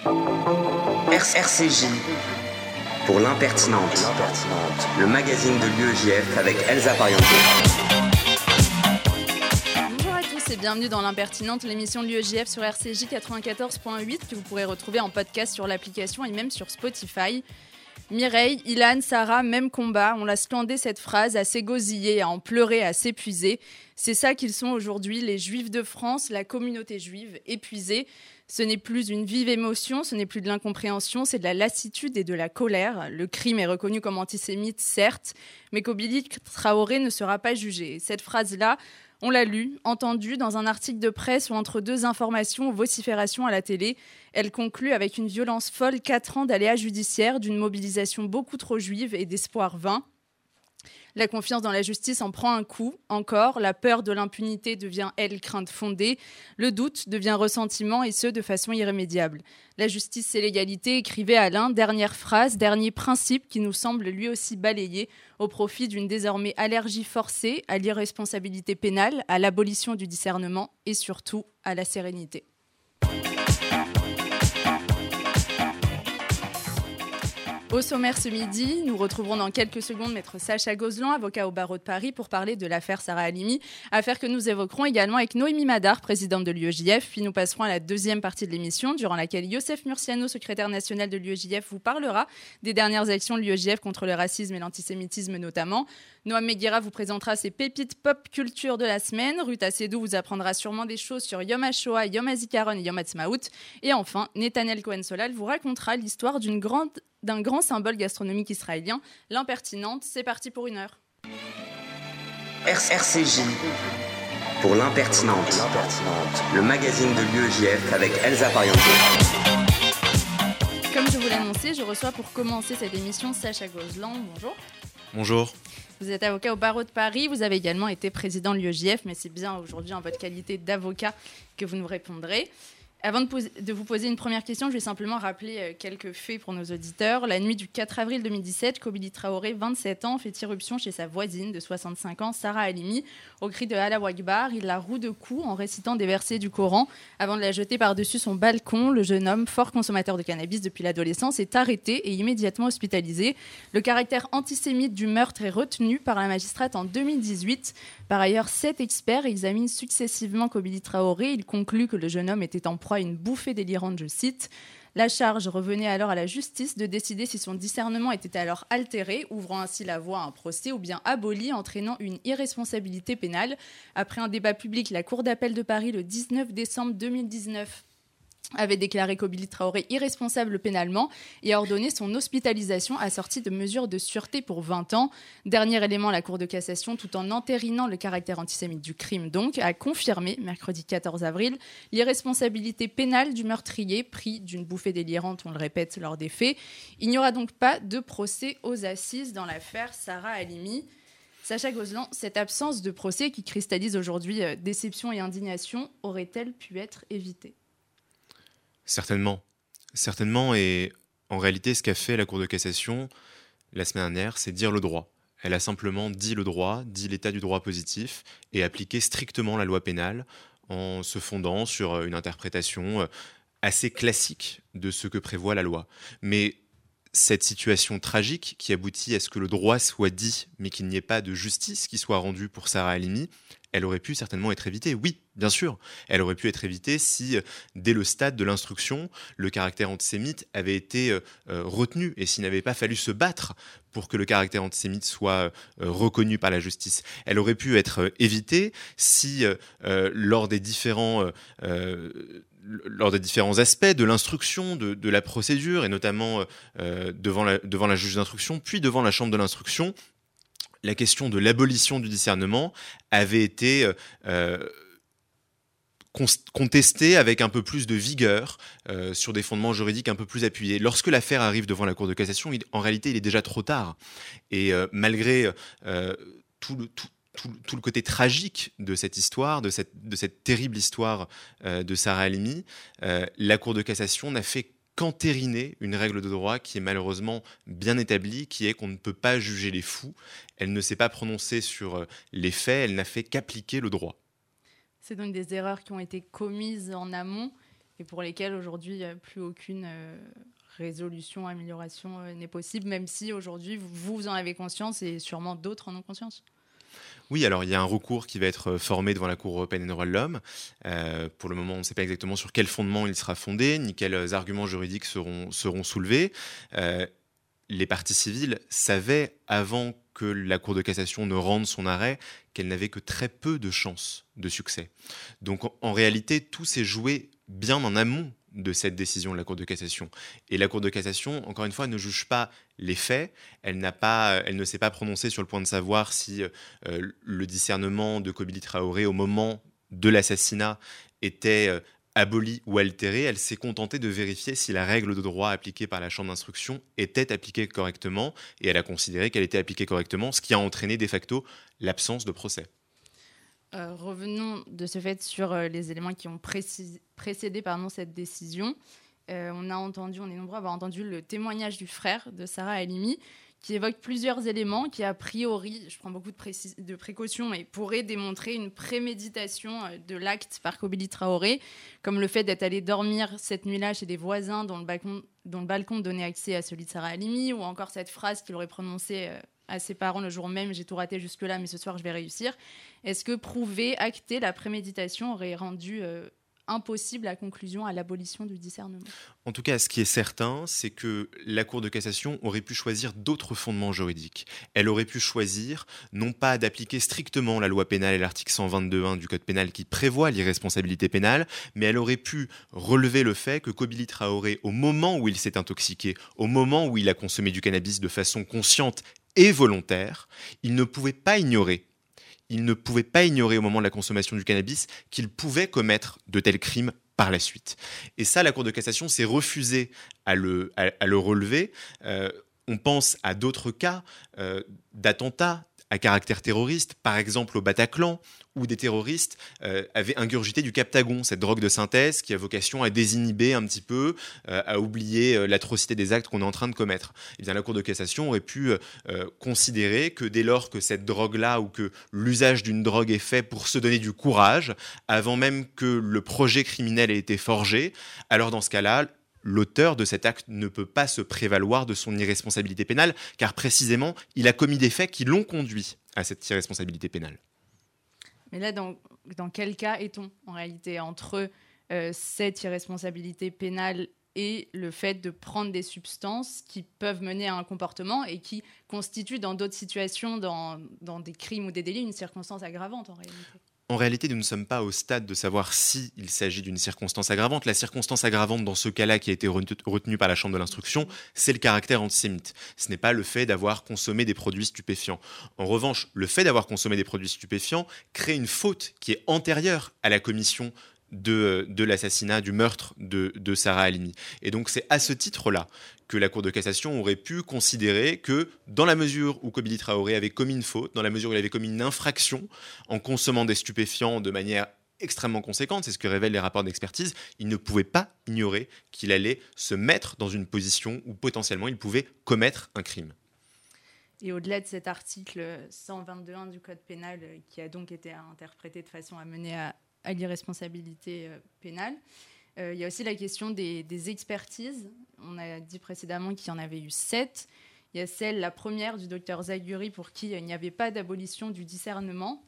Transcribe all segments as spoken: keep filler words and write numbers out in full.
R C J pour l'impertinente, le magazine de l'U E J F avec Elsa Pariente. Bonjour à tous et bienvenue dans l'impertinente, l'émission de l'U E J F sur R C J quatre-vingt-quatorze point huit que vous pourrez retrouver en podcast sur l'application et même sur Spotify. Mireille, Ilan, Sarah, même combat, on l'a scandé cette phrase, à s'égosiller, à en pleurer, à s'épuiser. C'est ça qu'ils sont aujourd'hui, les Juifs de France, la communauté juive épuisée. Ce n'est plus une vive émotion, ce n'est plus de l'incompréhension, c'est de la lassitude et de la colère. Le crime est reconnu comme antisémite, certes, mais Kobili Traoré ne sera pas jugé. Cette phrase-là, on l'a lue, entendue dans un article de presse ou entre deux informations ou vociférations à la télé. Elle conclut avec une violence folle, quatre ans d'aléas judiciaires, d'une mobilisation beaucoup trop juive et d'espoir vain. La confiance dans la justice en prend un coup, encore. La peur de l'impunité devient, elle, crainte fondée. Le doute devient ressentiment, et ce, de façon irrémédiable. La justice, c'est l'égalité, écrivait Alain. Dernière phrase, dernier principe qui nous semble lui aussi balayé au profit d'une désormais allergie forcée à l'irresponsabilité pénale, à l'abolition du discernement et surtout à la sérénité. Au sommaire ce midi, nous retrouverons dans quelques secondes maître Sacha Gozlan, avocat au barreau de Paris, pour parler de l'affaire Sarah Halimi, affaire que nous évoquerons également avec Noémie Madar, présidente de l'U E J F, puis nous passerons à la deuxième partie de l'émission, durant laquelle Youssef Murciano, secrétaire national de l'U E J F, vous parlera des dernières actions de l'U E J F contre le racisme et l'antisémitisme notamment. Noam Meguira vous présentera ses pépites pop culture de la semaine. Ruth Assedou vous apprendra sûrement des choses sur Yom HaShoah, Yom HaZikaron et Yom Ha'atzmaut. Et enfin, Netanel Cohen-Solal vous racontera l'histoire d'une grande, d'un grand symbole gastronomique israélien, l'impertinente. C'est parti pour une heure. R C J pour l'impertinente, le magazine de l'U E J F avec Elsa Pariente. Comme je vous l'ai annoncé, je reçois pour commencer cette émission Sacha Gozlan. Bonjour. Bonjour. Vous êtes avocat au barreau de Paris, vous avez également été président de l'U E J F, mais c'est bien aujourd'hui en votre qualité d'avocat que vous nous répondrez. Avant de, poser, de vous poser une première question, je vais simplement rappeler quelques faits pour nos auditeurs. La nuit du quatre avril deux mille dix-sept, Kobili Traoré, vingt-sept ans, fait irruption chez sa voisine de soixante-cinq ans, Sarah Halimi. Au cri de Allah Akbar, il la roue de coups en récitant des versets du Coran. Avant de la jeter par-dessus son balcon, le jeune homme, fort consommateur de cannabis depuis l'adolescence, est arrêté et immédiatement hospitalisé. Le caractère antisémite du meurtre est retenu par la magistrate en deux mille dix-huit. Par ailleurs, sept experts examinent successivement Kobili Traoré. Ils concluent que le jeune homme était en proie à une bouffée délirante, je cite. La charge revenait alors à la justice de décider si son discernement était alors altéré, ouvrant ainsi la voie à un procès, ou bien aboli, entraînant une irresponsabilité pénale. Après un débat public, la Cour d'appel de Paris, le dix-neuf décembre deux mille dix-neuf, avait déclaré Kobili Traoré irresponsable pénalement et a ordonné son hospitalisation assortie de mesures de sûreté pour vingt ans. Dernier élément, la Cour de cassation, tout en entérinant le caractère antisémite du crime, donc, a confirmé, mercredi quatorze avril, l'irresponsabilité pénale du meurtrier pris d'une bouffée délirante, on le répète, lors des faits. Il n'y aura donc pas de procès aux assises dans l'affaire Sarah Halimi. Sacha Gozlan, cette absence de procès qui cristallise aujourd'hui euh, déception et indignation, aurait-elle pu être évitée ? Certainement. Certainement, et en réalité, ce qu'a fait la Cour de cassation la semaine dernière, c'est dire le droit. Elle a simplement dit le droit, dit l'état du droit positif, et appliqué strictement la loi pénale en se fondant sur une interprétation assez classique de ce que prévoit la loi. Mais cette situation tragique qui aboutit à ce que le droit soit dit, mais qu'il n'y ait pas de justice qui soit rendue pour Sarah Halimi, elle aurait pu certainement être évitée. Oui, bien sûr, elle aurait pu être évitée si, dès le stade de l'instruction, le caractère antisémite avait été euh, retenu et s'il n'avait pas fallu se battre pour que le caractère antisémite soit euh, reconnu par la justice. Elle aurait pu être euh, évitée si, euh, lors des différents... Euh, euh, lors des différents aspects de l'instruction, de, de la procédure, et notamment euh, devant, la, devant la juge d'instruction, puis devant la chambre de l'instruction, la question de l'abolition du discernement avait été euh, contestée avec un peu plus de vigueur euh, sur des fondements juridiques un peu plus appuyés. Lorsque l'affaire arrive devant la Cour de cassation, il, en réalité, il est déjà trop tard. Et euh, malgré euh, tout le... Tout, Tout, tout le côté tragique de cette histoire, de cette, de cette terrible histoire euh, de Sarah Halimi, euh, la Cour de cassation n'a fait qu'entériner une règle de droit qui est malheureusement bien établie, qui est qu'on ne peut pas juger les fous. Elle ne s'est pas prononcée sur les faits, elle n'a fait qu'appliquer le droit. C'est donc des erreurs qui ont été commises en amont et pour lesquels aujourd'hui plus aucune euh, résolution, amélioration euh, n'est possible, même si aujourd'hui vous, vous en avez conscience et sûrement d'autres en ont conscience. Oui, alors il y a un recours qui va être formé devant la Cour européenne des droits de l'homme. Euh, pour le moment, on ne sait pas exactement sur quel fondement il sera fondé, ni quels arguments juridiques seront, seront soulevés. Euh, les parties civiles savaient, avant que la Cour de cassation ne rende son arrêt, qu'elle n'avait que très peu de chances de succès. Donc en, en réalité, tout s'est joué bien en amont de cette décision de la Cour de cassation. Et la Cour de cassation, encore une fois, ne juge pas les faits. Elle, n'a pas, elle ne s'est pas prononcée sur le point de savoir si euh, le discernement de Kobili Traoré au moment de l'assassinat était euh, aboli ou altéré. Elle s'est contentée de vérifier si la règle de droit appliquée par la Chambre d'instruction était appliquée correctement, et elle a considéré qu'elle était appliquée correctement, ce qui a entraîné de facto l'absence de procès. Euh, revenons de ce fait sur euh, les éléments qui ont précis- précédé pardon, cette décision. Euh, on a entendu, on est nombreux à avoir entendu le témoignage du frère de Sarah Halimi, qui évoque plusieurs éléments qui, a priori, je prends beaucoup de, précis- de précautions, mais pourraient démontrer une préméditation euh, de l'acte par Kobili Traoré, comme le fait d'être allé dormir cette nuit-là chez des voisins dont le balcon, dont le balcon donnait accès à celui de Sarah Halimi, ou encore cette phrase qu'il aurait prononcée euh, à ses parents le jour même, j'ai tout raté jusque-là, mais ce soir je vais réussir. Est-ce que prouver, acter la préméditation aurait rendu euh, impossible la conclusion à l'abolition du discernement ? En tout cas, ce qui est certain, c'est que la Cour de cassation aurait pu choisir d'autres fondements juridiques. Elle aurait pu choisir, non pas d'appliquer strictement la loi pénale et l'article cent vingt-deux point un du Code pénal qui prévoit l'irresponsabilité pénale, mais elle aurait pu relever le fait que Kobili Traoré, au moment où il s'est intoxiqué, au moment où il a consommé du cannabis de façon consciente et volontaire, il ne pouvait pas ignorer, il ne pouvait pas ignorer au moment de la consommation du cannabis qu'il pouvait commettre de tels crimes par la suite. Et ça, la Cour de cassation s'est refusée à le, à, à le relever. Euh, on pense à d'autres cas euh, d'attentats à caractère terroriste, par exemple au Bataclan, où des terroristes euh, avaient ingurgité du Captagon, cette drogue de synthèse qui a vocation à désinhiber un petit peu, euh, à oublier euh, l'atrocité des actes qu'on est en train de commettre. Et bien, la Cour de cassation aurait pu euh, considérer que dès lors que cette drogue-là ou que l'usage d'une drogue est fait pour se donner du courage, avant même que le projet criminel ait été forgé, alors dans ce cas-là, l'auteur de cet acte ne peut pas se prévaloir de son irresponsabilité pénale, car précisément, il a commis des faits qui l'ont conduit à cette irresponsabilité pénale. Mais là, dans, dans quel cas est-on en réalité entre euh, cette irresponsabilité pénale et le fait de prendre des substances qui peuvent mener à un comportement et qui constituent dans d'autres situations, dans, dans des crimes ou des délits, une circonstance aggravante en réalité ? En réalité, nous ne sommes pas au stade de savoir s'il s'agit d'une circonstance aggravante. La circonstance aggravante dans ce cas-là qui a été retenue par la Chambre de l'instruction, c'est le caractère antisémite. Ce n'est pas le fait d'avoir consommé des produits stupéfiants. En revanche, le fait d'avoir consommé des produits stupéfiants crée une faute qui est antérieure à la commission de, de l'assassinat, du meurtre de, de Sarah Halimi. Et donc c'est à ce titre-là que la Cour de cassation aurait pu considérer que dans la mesure où Kobili Traoré avait commis une faute, dans la mesure où il avait commis une infraction en consommant des stupéfiants de manière extrêmement conséquente, c'est ce que révèlent les rapports d'expertise, il ne pouvait pas ignorer qu'il allait se mettre dans une position où potentiellement il pouvait commettre un crime. Et au-delà de cet article cent vingt-deux point un du Code pénal qui a donc été interprété de façon à mener à à l'irresponsabilité euh, pénale. Euh, il y a aussi la question des, des expertises. On a dit précédemment qu'il y en avait eu sept. Il y a celle, la première, du docteur Zaguri, pour qui il n'y avait pas d'abolition du discernement.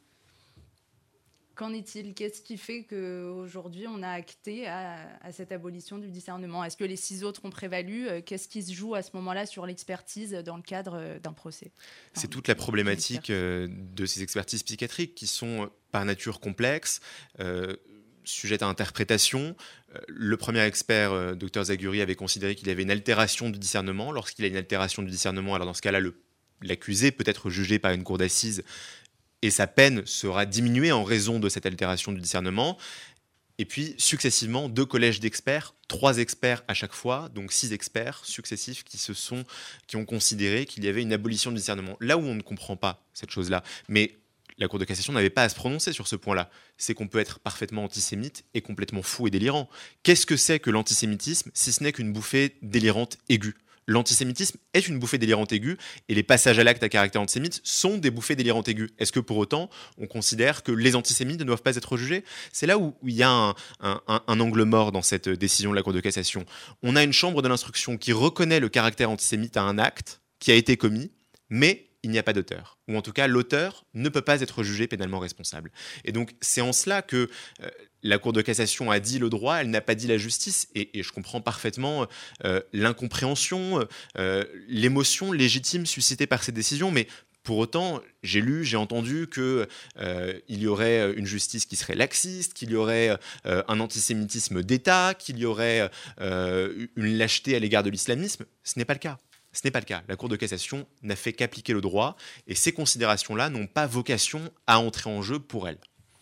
Qu'en est-il ? Qu'est-ce qui fait qu'aujourd'hui, on a acté à, à cette abolition du discernement ? Est-ce que les six autres ont prévalu ? Qu'est-ce qui se joue à ce moment-là sur l'expertise dans le cadre d'un procès ? C'est toute la problématique de ces expertises psychiatriques qui sont par nature complexes, euh, sujettes à interprétation. Le premier expert, euh, docteur Zaguri, avait considéré qu'il y avait une altération du discernement. Lorsqu'il y a une altération du discernement, alors dans ce cas-là, le, l'accusé peut être jugé par une cour d'assises et sa peine sera diminuée en raison de cette altération du discernement. Et puis, successivement, deux collèges d'experts, trois experts à chaque fois, donc six experts successifs qui, se sont, qui ont considéré qu'il y avait une abolition du discernement. Là où on ne comprend pas cette chose-là, mais la Cour de cassation n'avait pas à se prononcer sur ce point-là, c'est qu'on peut être parfaitement antisémite et complètement fou et délirant. Qu'est-ce que c'est que l'antisémitisme, si ce n'est qu'une bouffée délirante aiguë ? l'antisémitisme est une bouffée délirante aiguë et les passages à l'acte à caractère antisémite sont des bouffées délirantes aiguës. Est-ce que pour autant, on considère que les antisémites ne doivent pas être jugés ? C'est là où il y a un, un, un, un angle mort dans cette décision de la Cour de cassation. On a une chambre de l'instruction qui reconnaît le caractère antisémite à un acte qui a été commis, mais il n'y a pas d'auteur. Ou en tout cas, l'auteur ne peut pas être jugé pénalement responsable. Et donc, c'est en cela que euh, la Cour de cassation a dit le droit, elle n'a pas dit la justice. Et, et je comprends parfaitement euh, l'incompréhension, euh, l'émotion légitime suscitée par ces décisions, mais pour autant, j'ai lu, j'ai entendu qu'il euh, y aurait une justice qui serait laxiste, qu'il y aurait euh, un antisémitisme d'État, qu'il y aurait euh, une lâcheté à l'égard de l'islamisme. Ce n'est pas le cas. Ce n'est pas le cas. La Cour de cassation n'a fait qu'appliquer le droit et ces considérations-là n'ont pas vocation à entrer en jeu pour elle.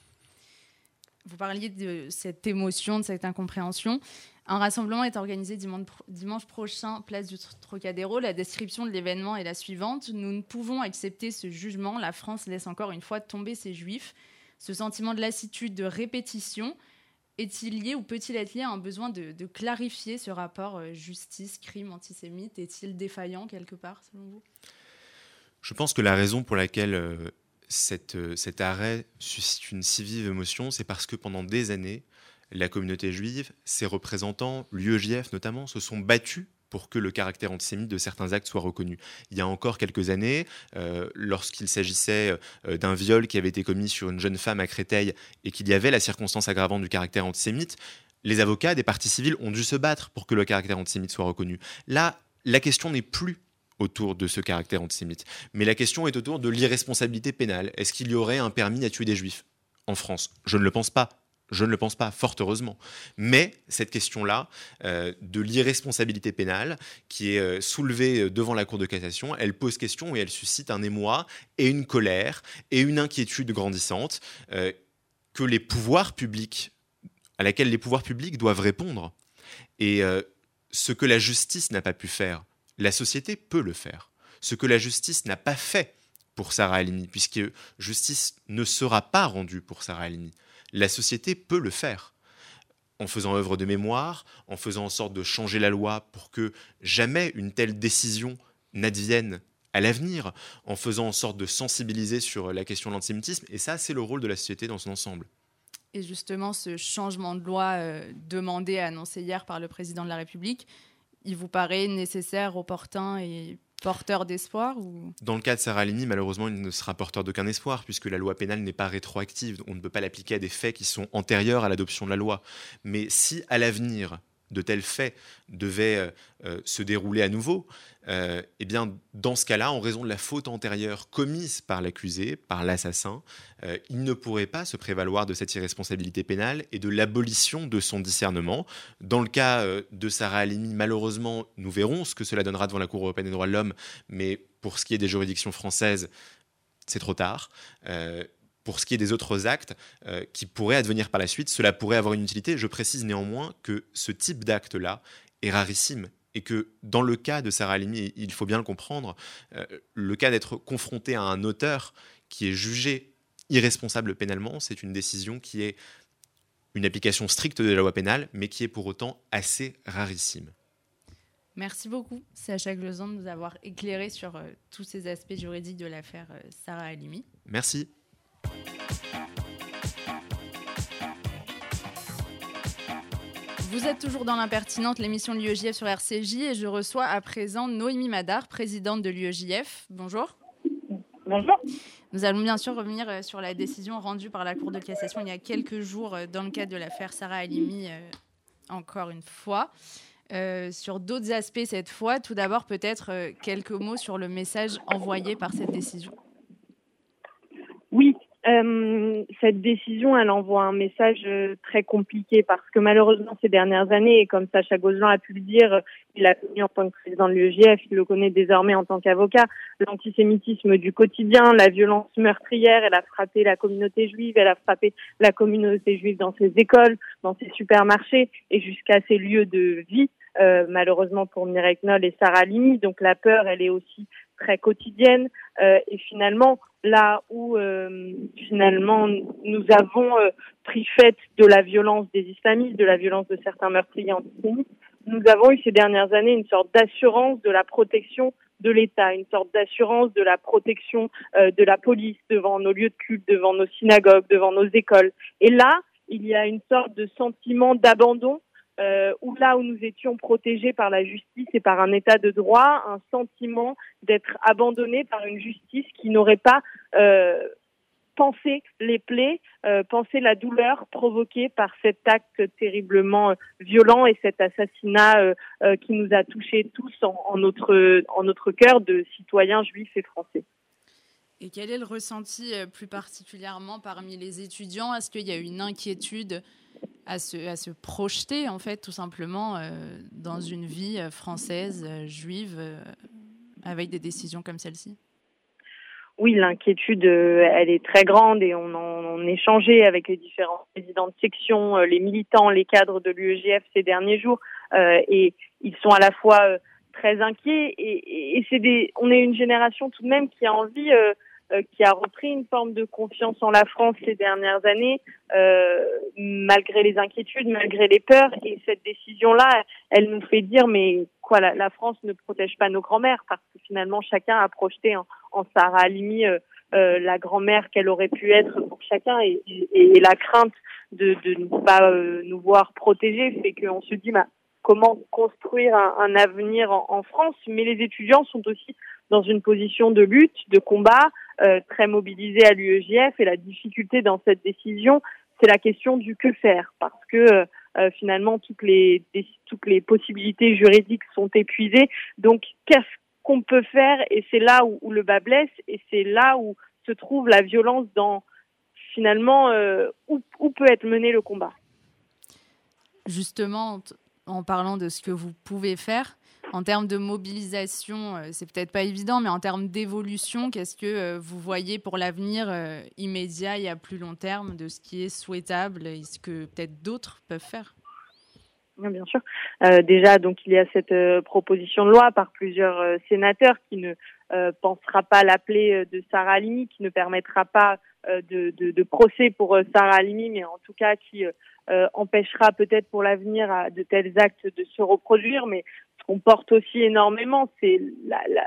Vous parliez de cette émotion, de cette incompréhension. Un rassemblement est organisé dimanche prochain, place du Trocadéro. La description de l'événement est la suivante. Nous ne pouvons accepter ce jugement. La France laisse encore une fois tomber ses juifs. Ce sentiment de lassitude, de répétition, est-il lié ou peut-il être lié à un besoin de, de clarifier ce rapport euh, justice-crime antisémite ? Est-il défaillant quelque part, selon vous ? Je pense que la raison pour laquelle euh, cette, euh, cet arrêt suscite une si vive émotion, c'est parce que pendant des années, la communauté juive, ses représentants, l'U E J F notamment, se sont battus pour que le caractère antisémite de certains actes soit reconnu. Il y a encore quelques années, euh, lorsqu'il s'agissait euh, d'un viol qui avait été commis sur une jeune femme à Créteil et qu'il y avait la circonstance aggravante du caractère antisémite, les avocats des parties civiles ont dû se battre pour que le caractère antisémite soit reconnu. Là, la question n'est plus autour de ce caractère antisémite, mais la question est autour de l'irresponsabilité pénale. Est-ce qu'il y aurait un permis à tuer des juifs en France ? Je ne le pense pas. Je ne le pense pas, fort heureusement. Mais cette question-là, euh, de l'irresponsabilité pénale, qui est euh, soulevée devant la Cour de cassation, elle pose question et elle suscite un émoi et une colère et une inquiétude grandissante euh, que les pouvoirs publics, à laquelle les pouvoirs publics doivent répondre. Et euh, ce que la justice n'a pas pu faire, la société peut le faire. Ce que la justice n'a pas fait pour Sarah Halimi, puisque justice ne sera pas rendue pour Sarah Halimi. La société peut le faire, en faisant œuvre de mémoire, en faisant en sorte de changer la loi pour que jamais une telle décision n'advienne à l'avenir, en faisant en sorte de sensibiliser sur la question de l'antisémitisme. Et ça, c'est le rôle de la société dans son ensemble. Et justement, ce changement de loi euh, demandé et annoncé hier par le président de la République, il vous paraît nécessaire, opportun et porteur d'espoir ou... Dans le cas de Sarah Halimi, malheureusement, il ne sera porteur d'aucun espoir puisque la loi pénale n'est pas rétroactive. On ne peut pas l'appliquer à des faits qui sont antérieurs à l'adoption de la loi. Mais si, à l'avenir, de tels faits devaient euh, se dérouler à nouveau, euh, eh bien, dans ce cas-là, en raison de la faute antérieure commise par l'accusé, par l'assassin, euh, il ne pourrait pas se prévaloir de cette irresponsabilité pénale et de l'abolition de son discernement. Dans le cas euh, de Sarah Halimi, malheureusement, nous verrons ce que cela donnera devant la Cour européenne des droits de l'homme, mais pour ce qui est des juridictions françaises, c'est trop tard. Euh, Pour ce qui est des autres actes euh, qui pourraient advenir par la suite, cela pourrait avoir une utilité. Je précise néanmoins que ce type d'acte-là est rarissime et que dans le cas de Sarah Halimi, il faut bien le comprendre, euh, le cas d'être confronté à un auteur qui est jugé irresponsable pénalement, c'est une décision qui est une application stricte de la loi pénale, mais qui est pour autant assez rarissime. Merci beaucoup, Sacha Glozan, de nous avoir éclairé sur euh, tous ces aspects juridiques de l'affaire euh, Sarah Halimi. Merci. Vous êtes toujours dans l'impertinente, l'émission de l'U E J F sur R C J, et je reçois à présent Noémie Madar, présidente de l'U E J F. Bonjour. Bonjour. Nous allons bien sûr revenir sur la décision rendue par la Cour de cassation il y a quelques jours dans le cadre de l'affaire Sarah Halimi, euh, encore une fois. Euh, sur d'autres aspects cette fois, tout d'abord peut-être euh, quelques mots sur le message envoyé par cette décision. Oui. Euh, cette décision, elle envoie un message euh, très compliqué parce que malheureusement ces dernières années, et comme Sacha Glozan a pu le dire, il l'a connu en tant que président de l'U E J F, il le connaît désormais en tant qu'avocat, l'antisémitisme du quotidien, la violence meurtrière, elle a frappé la communauté juive, elle a frappé la communauté juive dans ses écoles, dans ses supermarchés et jusqu'à ses lieux de vie, euh, malheureusement pour Mireille Knoll et Sarah Halimi. Donc la peur, elle est aussi très quotidienne euh, et finalement là où euh, finalement nous avons euh, pris fait de la violence des islamistes, de la violence de certains meurtriers antisémites, nous avons eu ces dernières années une sorte d'assurance de la protection de l'État, une sorte d'assurance de la protection euh, de la police devant nos lieux de culte, devant nos synagogues, devant nos écoles. Et là, il y a une sorte de sentiment d'abandon euh, où là où nous étions protégés par la justice et par un état de droit, un sentiment d'être abandonnés par une justice qui n'aurait pas euh, pensé les plaies, euh, pensé la douleur provoquée par cet acte terriblement euh, violent et cet assassinat euh, euh, qui nous a touchés tous en, en notre en notre cœur de citoyens juifs et français. Et quel est le ressenti euh, plus particulièrement parmi les étudiants ? Est-ce qu'il y a une inquiétude à se, à se projeter, en fait, tout simplement, euh, dans une vie française, euh, juive, euh, avec des décisions comme celle-ci ? Oui, l'inquiétude, euh, elle est très grande et on en on échangeait avec les différents présidents de section, euh, les militants, les cadres de l'U E J F ces derniers jours, euh, et ils sont à la fois euh, très inquiets et, et, et c'est des, on est une génération tout de même qui a envie, euh, euh, qui a repris une forme de confiance en la France ces dernières années, euh, malgré les inquiétudes, malgré les peurs, et cette décision-là, elle nous fait dire mais quoi, la, la France ne protège pas nos grands-mères parce que finalement chacun a projeté en en Sarah Halimi, euh, euh, la grand-mère qu'elle aurait pu être pour chacun et, et, et la crainte de, de ne pas euh, nous voir protégés fait qu'on se dit bah, comment construire un, un avenir en, en France, mais les étudiants sont aussi dans une position de lutte, de combat, euh, très mobilisés à l'U E J F et la difficulté dans cette décision, c'est la question du que faire parce que euh, finalement toutes les, des, toutes les possibilités juridiques sont épuisées, donc qu'est-ce qu'on peut faire, et c'est là où, où le bas blesse, et c'est là où se trouve la violence dans, finalement, euh, où, où peut être mené le combat. Justement, en parlant de ce que vous pouvez faire, en termes de mobilisation, euh, c'est peut-être pas évident, mais en termes d'évolution, qu'est-ce que euh, vous voyez pour l'avenir euh, immédiat et à plus long terme de ce qui est souhaitable et ce que peut-être d'autres peuvent faire ? Bien sûr. Euh, déjà, donc il y a cette euh, proposition de loi par plusieurs euh, sénateurs qui ne euh, pensera pas l'appeler de Sarah Halimi, qui ne permettra pas euh, de, de, de procès pour euh, Sarah Halimi, mais en tout cas qui euh, empêchera peut-être pour l'avenir à de tels actes de se reproduire. Mais ce qu'on porte aussi énormément, c'est la, la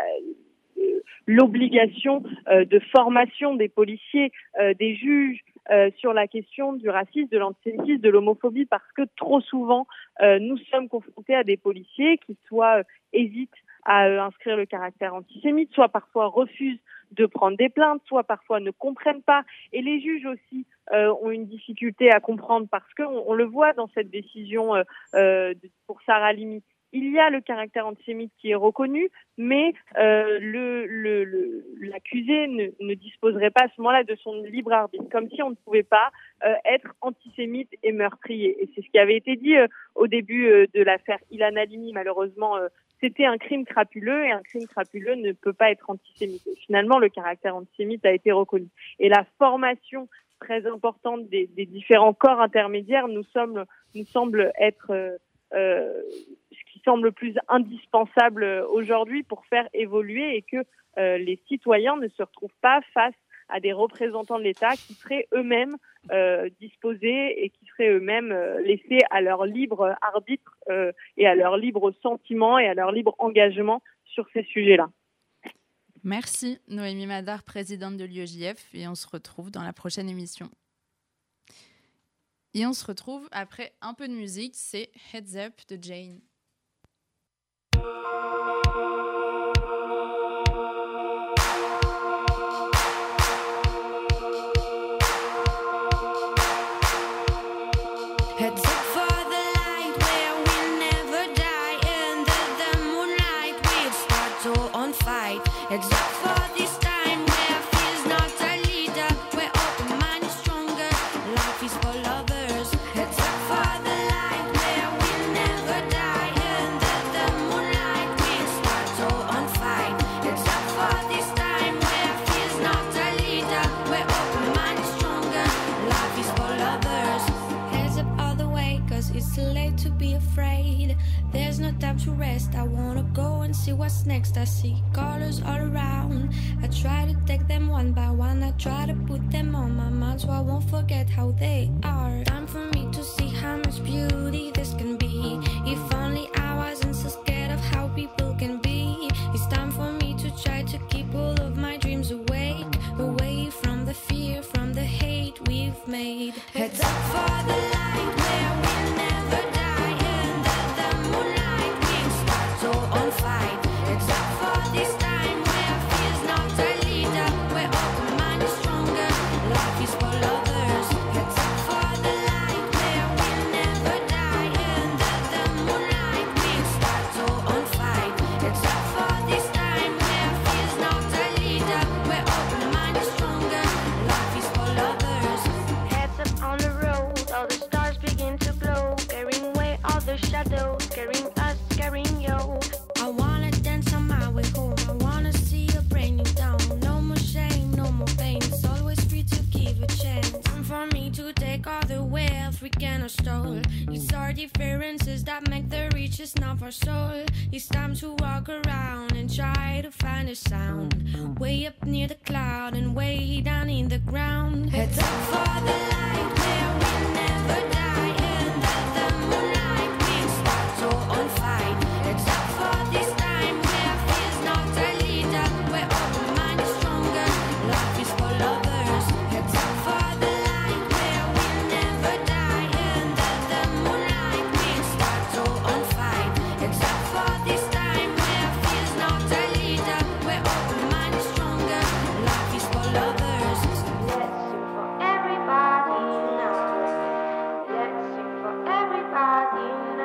l'obligation euh, de formation des policiers, euh, des juges euh, sur la question du racisme, de l'antisémitisme, de l'homophobie, parce que trop souvent, euh, nous sommes confrontés à des policiers qui soit euh, hésitent à euh, inscrire le caractère antisémite, soit parfois refusent de prendre des plaintes, soit parfois ne comprennent pas. Et les juges aussi euh, ont une difficulté à comprendre parce qu'on on le voit dans cette décision euh, euh, pour Sarah Halimi. Il y a le caractère antisémite qui est reconnu, mais euh, le, le, le, l'accusé ne, ne disposerait pas à ce moment-là de son libre arbitre, comme si on ne pouvait pas euh, être antisémite et meurtrier. Et c'est ce qui avait été dit euh, au début euh, de l'affaire Ilan Halimi. Malheureusement, euh, c'était un crime crapuleux, et un crime crapuleux ne peut pas être antisémite. Et finalement, le caractère antisémite a été reconnu. Et la formation très importante des, des différents corps intermédiaires nous semble, nous semble être... Euh, euh, ce qui semble le plus indispensable aujourd'hui pour faire évoluer et que euh, les citoyens ne se retrouvent pas face à des représentants de l'État qui seraient eux-mêmes euh, disposés et qui seraient eux-mêmes euh, laissés à leur libre arbitre euh, et à leur libre sentiment et à leur libre engagement sur ces sujets-là. Merci Noémie Madar, présidente de l'U E J F, et on se retrouve dans la prochaine émission. Et on se retrouve après un peu de musique, c'est Heads Up de Jane. Heads up for the light where we'll never die. Under the moonlight we'll start to on fight. Heads up for this time where fear's not a leader, where open mind is stronger, life is for lovers. Heads up for the light where we'll never die. Under the moonlight we'll start to on fight. Heads up for this time where fear's not a leader, where open mind is stronger, life is for lovers. Heads up all the way, cause it's too late to be afraid. There's no time time to rest. I wanna go and see what's next. I see colors all around. I try to take them one by one. I try to put them on my mind so I won't forget how they are. Time for me to see how much beauty this can be. If only I wasn't so scared of how people can be. It's time for me to try to keep all of my dreams awake. Away from the fear, from the hate we've made. Heads up for the light where we'll never die. Under the moonlight we'll start to on fight. Heads up for this time where fear's not a leader. Where open mind is stronger, life is for lovers. Heads up for the light where we'll never die. Under the moonlight we'll start to on fight. Heads up for this time where fear's not a leader. Where open mind is stronger, life is for lovers. Heads up on the road, all the stars begin to glow, carrying away all the shadows, carrying us, carrying you. I wanna dance on my way home, I wanna see a brand new town. No more shame, no more pain, it's always free to give a chance. Time for me to take all the wealth we cannot stole. It's our differences that make the richest of our soul. It's time to walk around and try to find a sound. Way up near the cloud and way down in the ground. Heads up for the light where we'll never die. Under the moonlight we'll start to on fight. Heads up for this time where fear's not a leader. Where open mind is stronger, life is for lovers. Heads up for the light where we'll never die. Under the moonlight we'll start to on fight. Heads up for this time where fear's not a leader. Where open mind is stronger, life is for lovers. Let's sing for everybody now. Let's sing for everybody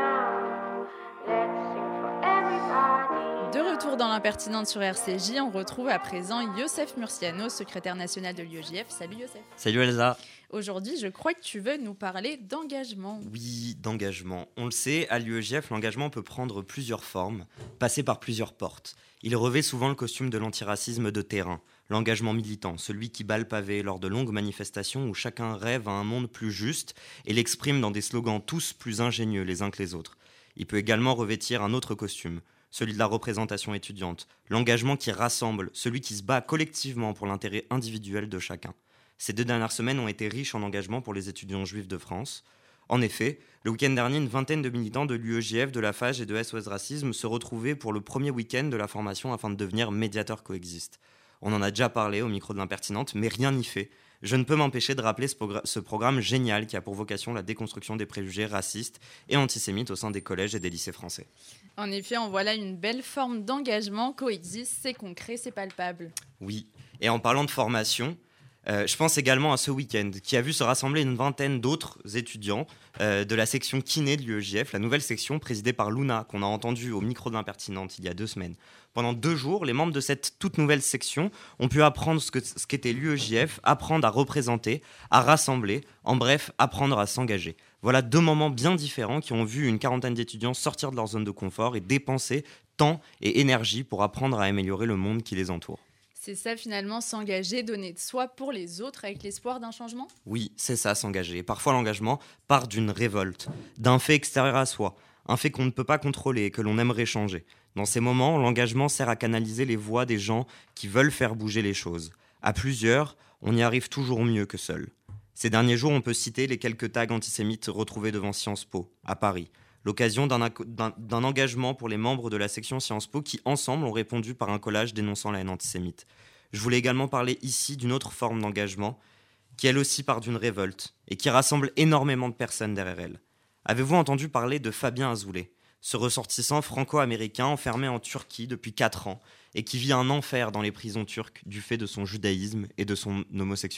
now. Let's sing for everybody. De retour dans l'impertinente sur R C J, on retrouve à présent Youssef Murciano, secrétaire national de l'U E J F. Salut Youssef. Salut Elsa. Aujourd'hui, je crois que tu veux nous parler d'engagement. Oui, d'engagement. On le sait, à l'U E J F, l'engagement peut prendre plusieurs formes, passer par plusieurs portes. Il revêt souvent le costume de l'antiracisme de terrain, l'engagement militant, celui qui bat le pavé lors de longues manifestations où chacun rêve à un monde plus juste et l'exprime dans des slogans tous plus ingénieux les uns que les autres. Il peut également revêtir un autre costume, celui de la représentation étudiante, l'engagement qui rassemble, celui qui se bat collectivement pour l'intérêt individuel de chacun. Ces deux dernières semaines ont été riches en engagement pour les étudiants juifs de France. En effet, le week-end dernier, une vingtaine de militants de l'U E J F, de la F A G et de S O S Racisme se retrouvaient pour le premier week-end de la formation afin de devenir médiateurs coexistent. On en a déjà parlé au micro de l'impertinente, mais rien n'y fait. Je ne peux m'empêcher de rappeler ce, progr- ce programme génial qui a pour vocation la déconstruction des préjugés racistes et antisémites au sein des collèges et des lycées français. En effet, en voilà une belle forme d'engagement, coexiste, c'est concret, c'est palpable. Oui, et en parlant de formation, euh, je pense également à ce week-end qui a vu se rassembler une vingtaine d'autres étudiants euh, de la section kiné de l'U E J F, la nouvelle section présidée par Luna, qu'on a entendue au micro de l'impertinente il y a deux semaines. Pendant deux jours, les membres de cette toute nouvelle section ont pu apprendre ce, que, ce qu'était l'U E J F, apprendre à représenter, à rassembler, en bref, apprendre à s'engager. Voilà deux moments bien différents qui ont vu une quarantaine d'étudiants sortir de leur zone de confort et dépenser temps et énergie pour apprendre à améliorer le monde qui les entoure. C'est ça finalement, s'engager, donner de soi pour les autres avec l'espoir d'un changement ? Oui, c'est ça, s'engager. Parfois, l'engagement part d'une révolte, d'un fait extérieur à soi, un fait qu'on ne peut pas contrôler et que l'on aimerait changer. Dans ces moments, l'engagement sert à canaliser les voix des gens qui veulent faire bouger les choses. À plusieurs, on y arrive toujours mieux que seul. Ces derniers jours, on peut citer les quelques tags antisémites retrouvés devant Sciences Po, à Paris. L'occasion d'un, d'un, d'un engagement pour les membres de la section Sciences Po qui, ensemble, ont répondu par un collage dénonçant la haine antisémite. Je voulais également parler ici d'une autre forme d'engagement, qui elle aussi part d'une révolte, et qui rassemble énormément de personnes derrière elle. Avez-vous entendu parler de Fabien Azoulay, ce ressortissant franco-américain enfermé en Turquie depuis quatre ans, et qui vit un enfer dans les prisons turques du fait de son judaïsme et de son homosexualité ?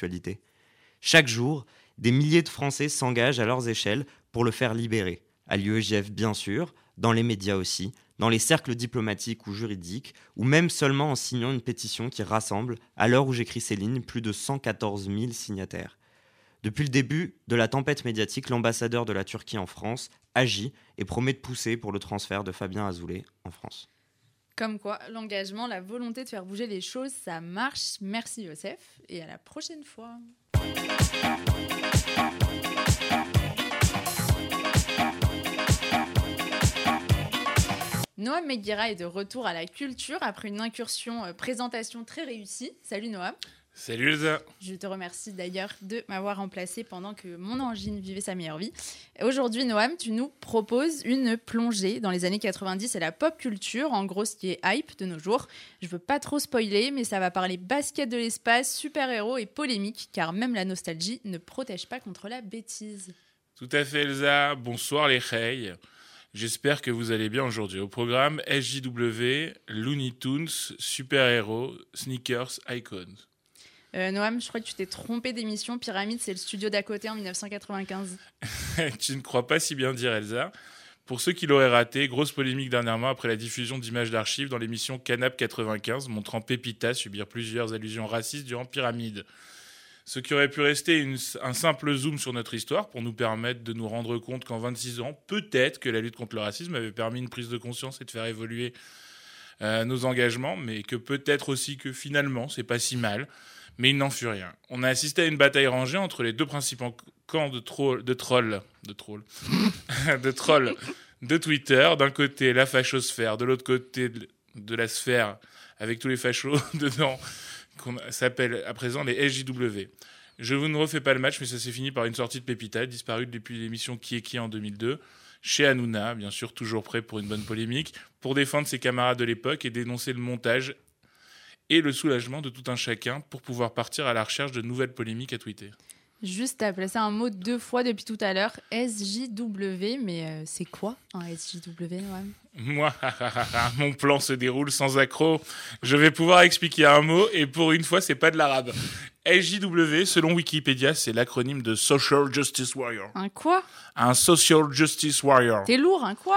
Chaque jour, des milliers de Français s'engagent à leurs échelles pour le faire libérer. À l'U E J F bien sûr, dans les médias aussi, dans les cercles diplomatiques ou juridiques, ou même seulement en signant une pétition qui rassemble, à l'heure où j'écris ces lignes, plus de cent quatorze mille signataires. Depuis le début de la tempête médiatique, l'ambassadeur de la Turquie en France agit et promet de pousser pour le transfert de Fabien Azoulay en France. Comme quoi, l'engagement, la volonté de faire bouger les choses, ça marche. Merci Youssef, et à la prochaine fois. Noam Meguira est de retour à la culture après une incursion euh, présentation très réussie. Salut Noam. Salut Elsa. Je te remercie d'ailleurs de m'avoir remplacé pendant que mon angine vivait sa meilleure vie. Aujourd'hui, Noam, tu nous proposes une plongée dans les années quatre-vingt-dix et la pop culture, en gros ce qui est hype de nos jours. Je veux pas trop spoiler, mais ça va parler basket de l'espace, super-héros et polémique, car même la nostalgie ne protège pas contre la bêtise. Tout à fait Elsa. Bonsoir les reilles. J'espère que vous allez bien aujourd'hui. Au programme, S J W, Looney Tunes, super-héros, sneakers, icons. Euh, Noam, je crois que tu t'es trompé d'émission. Pyramide, c'est le studio d'à côté en dix-neuf cent quatre-vingt-quinze. Tu ne crois pas si bien dire, Elsa. Pour ceux qui l'auraient raté, grosse polémique dernièrement après la diffusion d'images d'archives dans l'émission Canap quatre-vingt-quinze, montrant Pépita subir plusieurs allusions racistes durant Pyramide. Ce qui aurait pu rester une, un simple zoom sur notre histoire pour nous permettre de nous rendre compte qu'en vingt-six ans, peut-être que la lutte contre le racisme avait permis une prise de conscience et de faire évoluer euh, nos engagements, mais que peut-être aussi que finalement, c'est pas si mal. Mais il n'en fut rien. On a assisté à une bataille rangée entre les deux principaux camps de, tro- de trolls, de trolls, de trolls de Twitter. D'un côté, la fachosphère, de l'autre côté, de la sphère, avec tous les fachos dedans, qu'on s'appelle à présent les S J W. Je vous ne refais pas le match, mais ça s'est fini par une sortie de Pépita, disparue depuis l'émission Qui est qui en deux mille deux, chez Hanouna, bien sûr, toujours prêt pour une bonne polémique, pour défendre ses camarades de l'époque et dénoncer le montage et le soulagement de tout un chacun pour pouvoir partir à la recherche de nouvelles polémiques à tweeter. Juste à placer un mot deux fois depuis tout à l'heure, S J W, mais euh, c'est quoi un S J W, Noam ? Moi, mon plan se déroule sans accroc. Je vais pouvoir expliquer un mot et pour une fois, c'est pas de l'arabe. S J W, selon Wikipédia, c'est l'acronyme de Social Justice Warrior. Un quoi ? Un Social Justice Warrior. T'es lourd, un quoi ?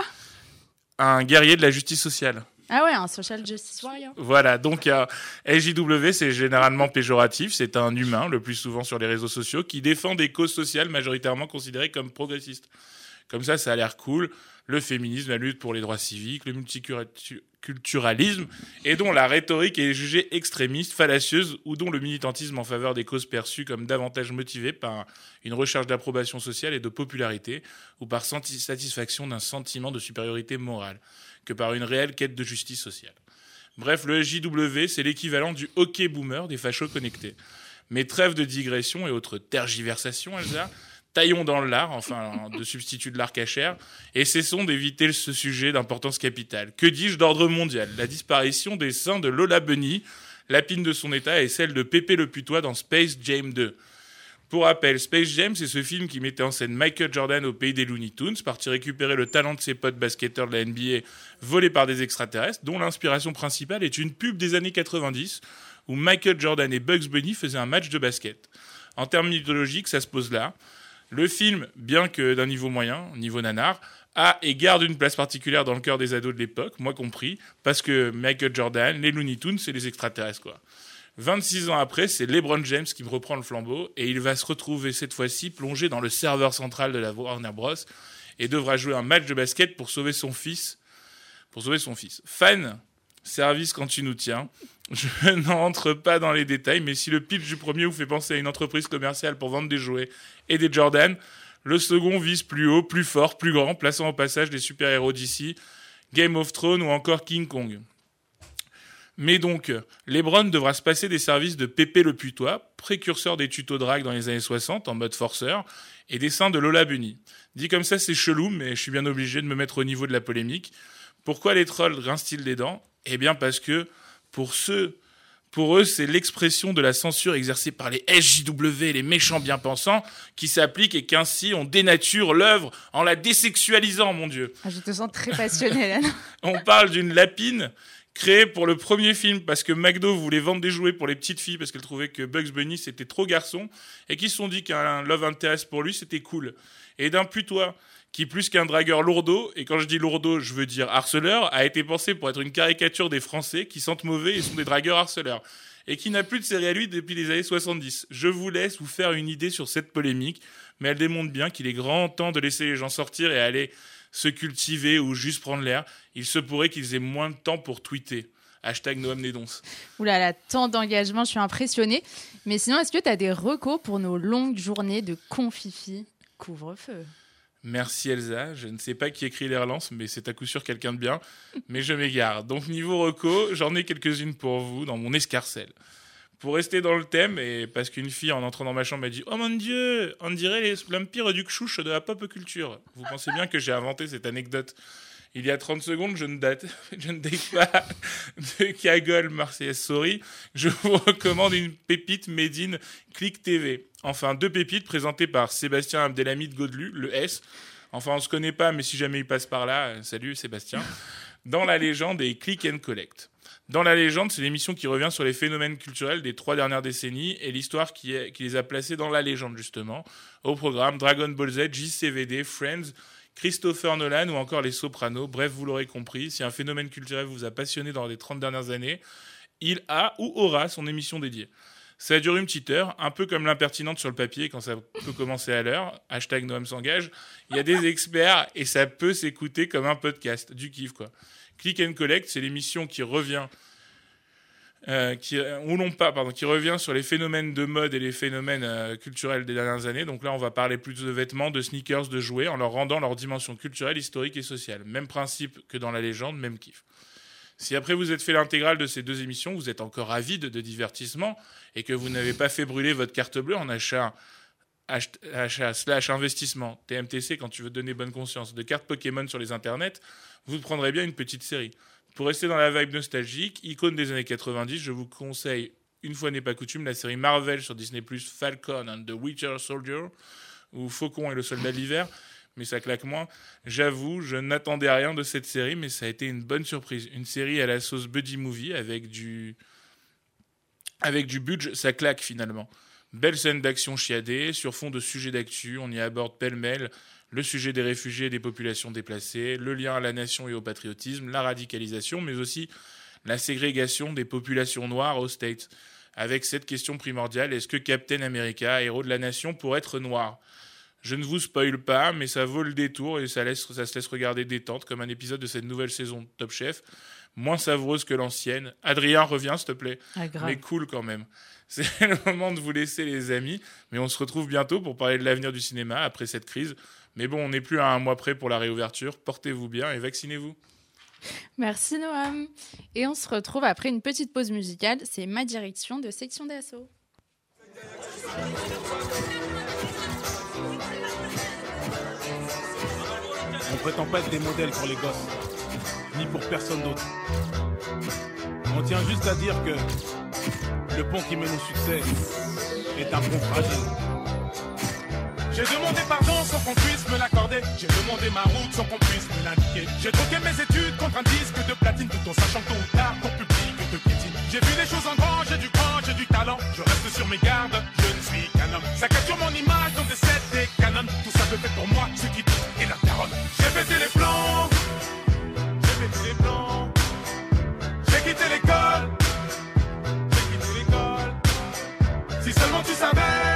Un guerrier de la justice sociale. Ah ouais, un social justice warrior. Voilà, donc euh, S J W, c'est généralement péjoratif, c'est un humain, le plus souvent sur les réseaux sociaux, qui défend des causes sociales majoritairement considérées comme progressistes. Comme ça, ça a l'air cool. Le féminisme, la lutte pour les droits civiques, le multiculturalisme, et dont la rhétorique est jugée extrémiste, fallacieuse, ou dont le militantisme en faveur des causes perçues comme davantage motivées par une recherche d'approbation sociale et de popularité, ou par satisfaction d'un sentiment de supériorité morale, que par une réelle quête de justice sociale. Bref, le S J W, c'est l'équivalent du hockey boomer des fachos connectés. Mais trêve de digression et autres tergiversations, Elsa, taillons dans le lard, enfin, de substitut de l'art cachère, et cessons d'éviter ce sujet d'importance capitale. Que dis-je d'ordre mondial ? La disparition des seins de Lola Bunny, lapine de son état, et celle de Pépé le Putois dans Space Jam deux. Pour rappel, Space Jam, c'est ce film qui mettait en scène Michael Jordan au pays des Looney Tunes, parti récupérer le talent de ses potes basketteurs de la N B A volés par des extraterrestres, dont l'inspiration principale est une pub des années quatre-vingt-dix, où Michael Jordan et Bugs Bunny faisaient un match de basket. En termes mythologiques, ça se pose là. Le film, bien que d'un niveau moyen, niveau nanar, a et garde une place particulière dans le cœur des ados de l'époque, moi compris, parce que Michael Jordan, les Looney Tunes, c'est les extraterrestres, quoi. vingt-six ans après, c'est LeBron James qui reprend le flambeau et il va se retrouver cette fois-ci plongé dans le serveur central de la Warner Bros. Et devra jouer un match de basket pour sauver son fils. Pour sauver son fils. Fan, service quand tu nous tiens. Je n'entre pas dans les détails, mais si le pitch du premier vous fait penser à une entreprise commerciale pour vendre des jouets et des Jordan, le second vise plus haut, plus fort, plus grand, plaçant au passage les super-héros d'ici, Game of Thrones ou encore King Kong. Mais donc, LeBron devra se passer des services de Pépé le Putois, précurseur des tutos drague dans les années soixante en mode forceur, et des seins de Lola Bunny. Dit comme ça, c'est chelou, mais je suis bien obligé de me mettre au niveau de la polémique. Pourquoi les trolls grincent-ils des dents ? Eh bien parce que, pour ceux, pour eux, c'est l'expression de la censure exercée par les S J W, les méchants bien-pensants, qui s'applique et qu'ainsi on dénature l'œuvre en la désexualisant, mon Dieu. Ah, je te sens très passionnée, là. On parle d'une lapine créée pour le premier film parce que McDo voulait vendre des jouets pour les petites filles parce qu'elle trouvait que Bugs Bunny c'était trop garçon et qu'ils se sont dit qu'un love interest pour lui c'était cool. Et d'un putois qui, plus qu'un dragueur lourdeau, et quand je dis lourdeau je veux dire harceleur, a été pensé pour être une caricature des Français qui sentent mauvais et sont des dragueurs harceleurs. Et qui n'a plus de série à lui depuis les années soixante-dix. Je vous laisse vous faire une idée sur cette polémique, mais elle démontre bien qu'il est grand temps de laisser les gens sortir et aller se cultiver ou juste prendre l'air. Il se pourrait qu'ils aient moins de temps pour tweeter. Hashtag Noam Nédons. Oula, là, tant d'engagement, je suis impressionnée. Mais sinon, est-ce que tu as des recos pour nos longues journées de confifi couvre-feu ? Merci Elsa, je ne sais pas qui écrit les relances, mais c'est à coup sûr quelqu'un de bien, mais je m'égare. Donc niveau reco, j'en ai quelques-unes pour vous dans mon escarcelle. Pour rester dans le thème, et parce qu'une fille en entrant dans ma chambre m'a dit « Oh mon Dieu, on dirait les l'empire du Kchouch de la pop culture ». Vous pensez bien que j'ai inventé cette anecdote. Il y a trente secondes, je ne date, je ne date pas de Cagole Marseillaise Sorry. Je vous recommande une pépite made in Click T V. Enfin, deux pépites présentées par Sébastien Abdelhamid Godelu, le S. Enfin, on se connaît pas, mais si jamais il passe par là, euh, salut Sébastien. Dans la légende et Click and Collect. Dans la légende, c'est l'émission qui revient sur les phénomènes culturels des trois dernières décennies et l'histoire qui, est, qui les a placés dans la légende, justement. Au programme, Dragon Ball Z, J C V D, Friends, Christopher Nolan ou encore Les Sopranos. Bref, vous l'aurez compris, si un phénomène culturel vous a passionné dans les trente dernières années, il a ou aura son émission dédiée. Ça dure une petite heure, un peu comme l'impertinente sur le papier quand ça peut commencer à l'heure. Hashtag Noam s'engage. Il y a des experts et ça peut s'écouter comme un podcast. Du kiff, quoi. Click and Collect, c'est l'émission qui revient, euh, qui, ou non pas, pardon, qui revient sur les phénomènes de mode et les phénomènes euh, culturels des dernières années. Donc là, on va parler plus de vêtements, de sneakers, de jouets, en leur rendant leur dimension culturelle, historique et sociale. Même principe que dans la légende, même kiff. Si après vous êtes fait l'intégrale de ces deux émissions, vous êtes encore avide de divertissement et que vous n'avez pas fait brûler votre carte bleue en achat, achat slash investissement, T M T C quand tu veux te donner bonne conscience, de cartes Pokémon sur les internets, vous prendrez bien une petite série. Pour rester dans la vibe nostalgique, icône des années quatre-vingt-dix, je vous conseille, une fois n'est pas coutume, la série Marvel sur Disney plus, Falcon and the Winter Soldier, ou Faucon et le soldat de l'hiver, mais ça claque moins. J'avoue, je n'attendais rien de cette série, mais ça a été une bonne surprise. Une série à la sauce buddy movie, avec du, avec du budget, ça claque finalement. Belle scène d'action chiadée, sur fond de sujets d'actu, on y aborde pêle-mêle le sujet des réfugiés et des populations déplacées, le lien à la nation et au patriotisme, la radicalisation, mais aussi la ségrégation des populations noires aux States. Avec cette question primordiale, est-ce que Captain America, héros de la nation, pourrait être noir ? Je ne vous spoile pas, mais ça vaut le détour et ça, laisse, ça se laisse regarder détente, comme un épisode de cette nouvelle saison de Top Chef, moins savoureuse que l'ancienne. Adrien, reviens s'il te plaît, Ah, grave. mais cool quand même. C'est le moment de vous laisser les amis, mais on se retrouve bientôt pour parler de l'avenir du cinéma après cette crise. Mais bon, on n'est plus à un mois près pour la réouverture, portez-vous bien et vaccinez-vous. Merci Noam. Et on se retrouve après une petite pause musicale. C'est Ma Direction de Section d'Assaut. On prétend pas être des modèles pour les gosses, ni pour personne d'autre. On tient juste à dire que le pont qui mène au succès est un pont fragile. J'ai demandé pardon sans qu'on puisse me l'accorder. J'ai demandé ma route sans qu'on puisse me l'indiquer. J'ai troqué mes études contre un disque de platine, tout en sachant que tôt ou tard ton public te piétine. J'ai vu les choses en grand, j'ai du cran, j'ai du talent. Je reste sur mes gardes, je ne suis qu'un homme. Ça capture mon image dans des sets des canons. Tout ça peut fait pour moi, ce qui dit et la daronne. J'ai pété les plombs, j'ai pété les plombs. J'ai quitté l'école, j'ai quitté l'école. Si seulement tu savais.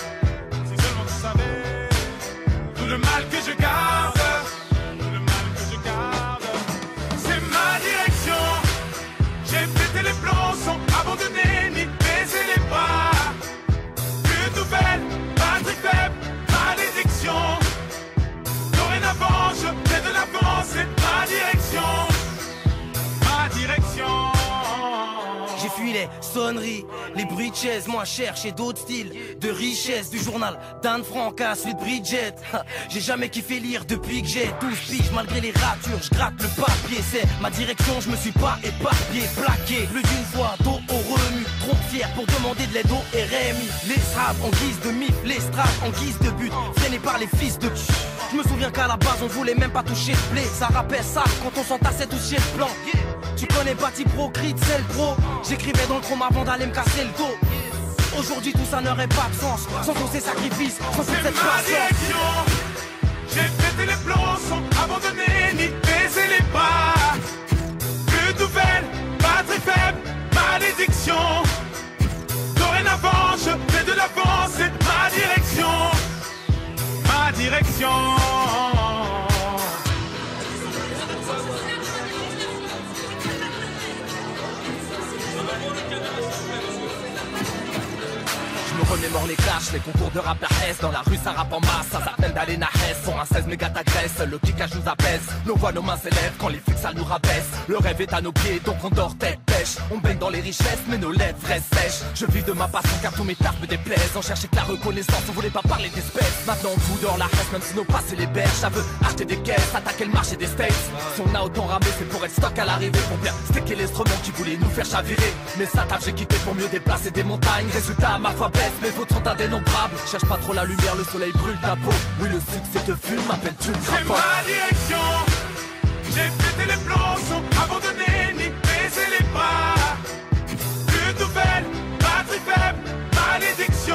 Le mal que je garde, le mal que je garde, c'est ma direction. J'ai pété les plombs sans abandonner ni baisser les bras. Une nouvelle, batterie faible, malédiction. Dorénavant, je fais de l'avance, c'est ma direction, ma direction. J'ai fui les sonneries, les bruits de chaises, moi chercher d'autres styles de richesse, du journal d'Anne Frank à celui de Bridget. Ha, j'ai jamais kiffé lire depuis que j'ai douze piges, malgré les ratures, je gratte le papier, c'est ma direction, je me suis pas éparpillé, plaqué, plus d'une fois, dos au remue, trop fier pour demander de l'aide au R M I. Les straps en guise de mif, les straps en guise de but, freinés par les fils de... Je me souviens qu'à la base on voulait même pas toucher le blé, ça rappelle ça quand on s'entassait tous chez le plan. Tu connais Bati Pro, Crit, c'est le pro. J'écrivais dans le chrome avant d'aller me casser le dos. Aujourd'hui tout ça n'aurait pas de sens sans tous ces sacrifices, sans toute cette patience. J'ai pété les plombs sans abandonner ni baisser les bras. Plus de nouvelles, batterie faible, malédiction. Dorénavant je fais de l'avance, c'est ma direction, ma direction. Je me remets les morts les cachent, les concours de rap la S. Dans la rue ça rappe en masse, ça s'appelle d'aller na Hesse. Pour un seize méga t'agresse, le kickage nous apaise. Nos voix, nos mains s'élèvent quand les flics ça nous rabaisse. Le rêve est à nos pieds, donc on dort tête pêche. On baigne dans les richesses, mais nos lèvres restent sèches. Je vis de ma passion car tous mes tarpes me déplaisent. On cherchait que la reconnaissance, on voulait pas parler d'espèces. Maintenant on fout dehors la reste, même si nos passes et les berges. Ça veut acheter des caisses, attaquer le marché des States. Si on a autant ramé, c'est pour être stock à l'arrivée. Pour bien sticker l'instrument qui voulait nous faire chavirer. Mais ça tape, j'ai quitté pour mieux déplacer des montagnes. Résultat, ma foi baisse, mes fautes sont indénombrables. Cherche pas trop la lumière, le soleil brûle ta peau. Oui, le succès te fume, m'appelle-tu le C'est ma direction. J'ai pété les plombs, sans abandonner ni baisser les bras. Plus de nouvelles, batterie faible, malédiction.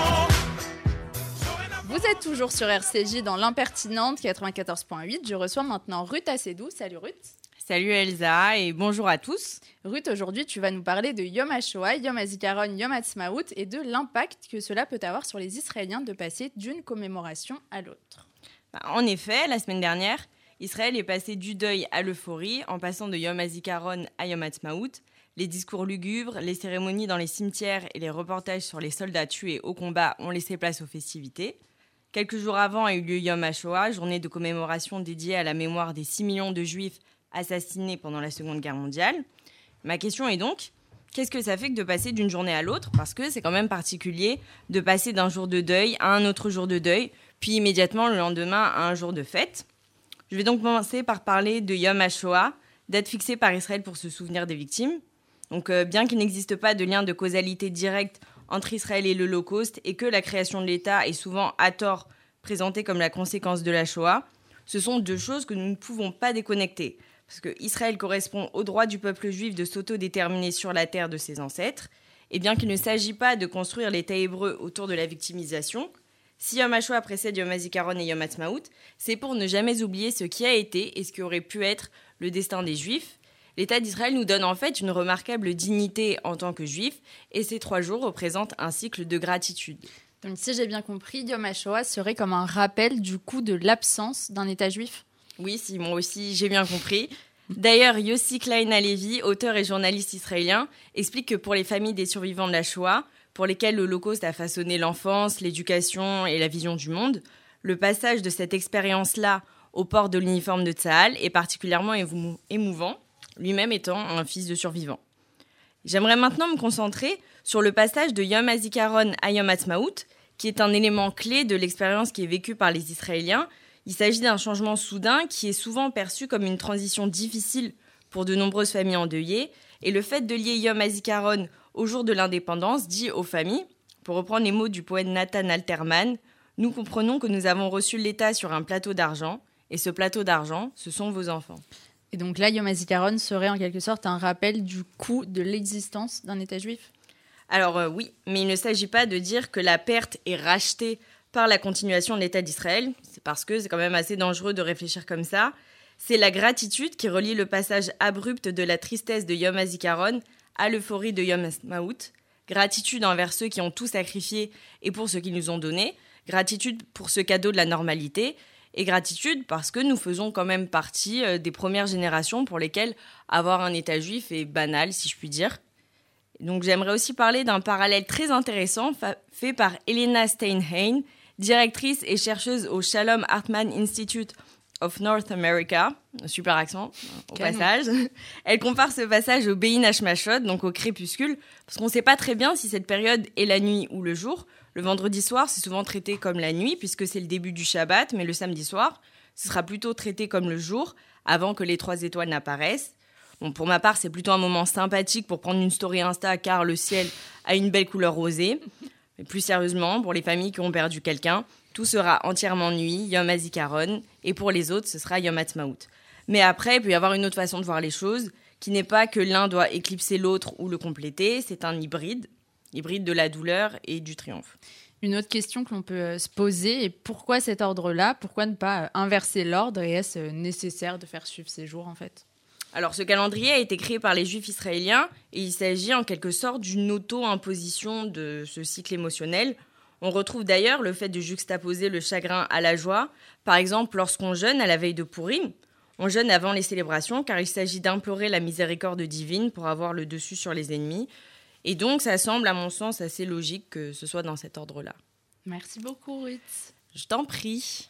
Vous êtes toujours sur R C J dans l'impertinente quatre-vingt-quatorze point huit. Je reçois maintenant Ruth Assedou. Salut Ruth. Salut Elsa et bonjour à tous. Ruth, aujourd'hui tu vas nous parler de Yom HaShoah, Yom HaZikaron, Yom Ha'atzmaut et de l'impact que cela peut avoir sur les Israéliens de passer d'une commémoration à l'autre. En effet, la semaine dernière, Israël est passé du deuil à l'euphorie en passant de Yom HaZikaron à Yom Ha'atzmaut. Les discours lugubres, les cérémonies dans les cimetières et les reportages sur les soldats tués au combat ont laissé place aux festivités. Quelques jours avant a eu lieu Yom HaShoah, journée de commémoration dédiée à la mémoire des six millions de juifs assassinés pendant la Seconde Guerre mondiale. Ma question est donc, qu'est-ce que ça fait que de passer d'une journée à l'autre ? Parce que c'est quand même particulier de passer d'un jour de deuil à un autre jour de deuil, puis immédiatement le lendemain à un jour de fête. Je vais donc commencer par parler de Yom HaShoah, date fixée par Israël pour se souvenir des victimes. Donc, euh, bien qu'il n'existe pas de lien de causalité directe entre Israël et l'Holocauste et que la création de l'État est souvent à tort présentée comme la conséquence de la Shoah, ce sont deux choses que nous ne pouvons pas déconnecter. Parce que Israël correspond au droit du peuple juif de s'autodéterminer sur la terre de ses ancêtres. Et bien qu'il ne s'agit pas de construire l'État hébreu autour de la victimisation, si Yom HaShoah précède Yom HaZikaron et Yom Ha'atzmaut, c'est pour ne jamais oublier ce qui a été et ce qui aurait pu être le destin des Juifs. L'État d'Israël nous donne en fait une remarquable dignité en tant que Juifs, et ces trois jours représentent un cycle de gratitude. Donc si j'ai bien compris, Yom HaShoah serait comme un rappel du coup de l'absence d'un État juif ? Oui, si moi aussi j'ai bien compris. D'ailleurs, Yossi Klein Halevi, auteur et journaliste israélien, explique que pour les familles des survivants de la Shoah, pour lesquels l'Holocauste a façonné l'enfance, l'éducation et la vision du monde, le passage de cette expérience-là au port de l'uniforme de Tsahal est particulièrement émou- émouvant, lui-même étant un fils de survivant. J'aimerais maintenant me concentrer sur le passage de Yom HaZikaron à Yom Ha'atzmaut, qui est un élément clé de l'expérience qui est vécue par les Israéliens. Il s'agit d'un changement soudain qui est souvent perçu comme une transition difficile pour de nombreuses familles endeuillées. Et le fait de lier Yom HaZikaron au jour de l'indépendance dit aux familles, pour reprendre les mots du poète Nathan Alterman, « Nous comprenons que nous avons reçu l'État sur un plateau d'argent, et ce plateau d'argent, ce sont vos enfants. » Et donc là, Yom HaZikaron serait en quelque sorte un rappel du coût de l'existence d'un État juif ? Alors euh, oui, mais il ne s'agit pas de dire que la perte est rachetée par la continuation de l'État d'Israël. C'est parce que c'est quand même assez dangereux de réfléchir comme ça. C'est la gratitude qui relie le passage abrupt de la tristesse de Yom HaZikaron à l'euphorie de Yom Ha'atzmaut. Gratitude envers ceux qui ont tout sacrifié et pour ceux qui nous ont donné. Gratitude pour ce cadeau de la normalité. Et gratitude parce que nous faisons quand même partie des premières générations pour lesquelles avoir un État juif est banal, si je puis dire. Donc j'aimerais aussi parler d'un parallèle très intéressant fa- fait par Elena Steinheim, directrice et chercheuse au Shalom Hartman Institute of North America, un super accent au Canon. passage. Elle compare ce passage au Bein Hashmashot, donc au crépuscule, parce qu'on ne sait pas très bien si cette période est la nuit ou le jour. Le vendredi soir, c'est souvent traité comme la nuit, puisque c'est le début du Shabbat, mais le samedi soir, ce sera plutôt traité comme le jour, avant que les trois étoiles n'apparaissent. Bon, pour ma part, c'est plutôt un moment sympathique pour prendre une story Insta, car le ciel a une belle couleur rosée. Mais plus sérieusement, pour les familles qui ont perdu quelqu'un, tout sera entièrement nuit, Yom HaZikaron, et pour les autres, ce sera Yom Ha'atzmaut. Mais après, il peut y avoir une autre façon de voir les choses, qui n'est pas que l'un doit éclipser l'autre ou le compléter, c'est un hybride, hybride de la douleur et du triomphe. Une autre question que l'on peut se poser est pourquoi cet ordre-là ? Pourquoi ne pas inverser l'ordre ? Et est-ce nécessaire de faire suivre ces jours, en fait ? Alors, ce calendrier a été créé par les Juifs israéliens et il s'agit en quelque sorte d'une auto-imposition de ce cycle émotionnel. On retrouve d'ailleurs le fait de juxtaposer le chagrin à la joie. Par exemple, lorsqu'on jeûne à la veille de Pourim, on jeûne avant les célébrations car il s'agit d'implorer la miséricorde divine pour avoir le dessus sur les ennemis. Et donc, ça semble, à mon sens, assez logique que ce soit dans cet ordre-là. Merci beaucoup, Ruth. Je t'en prie.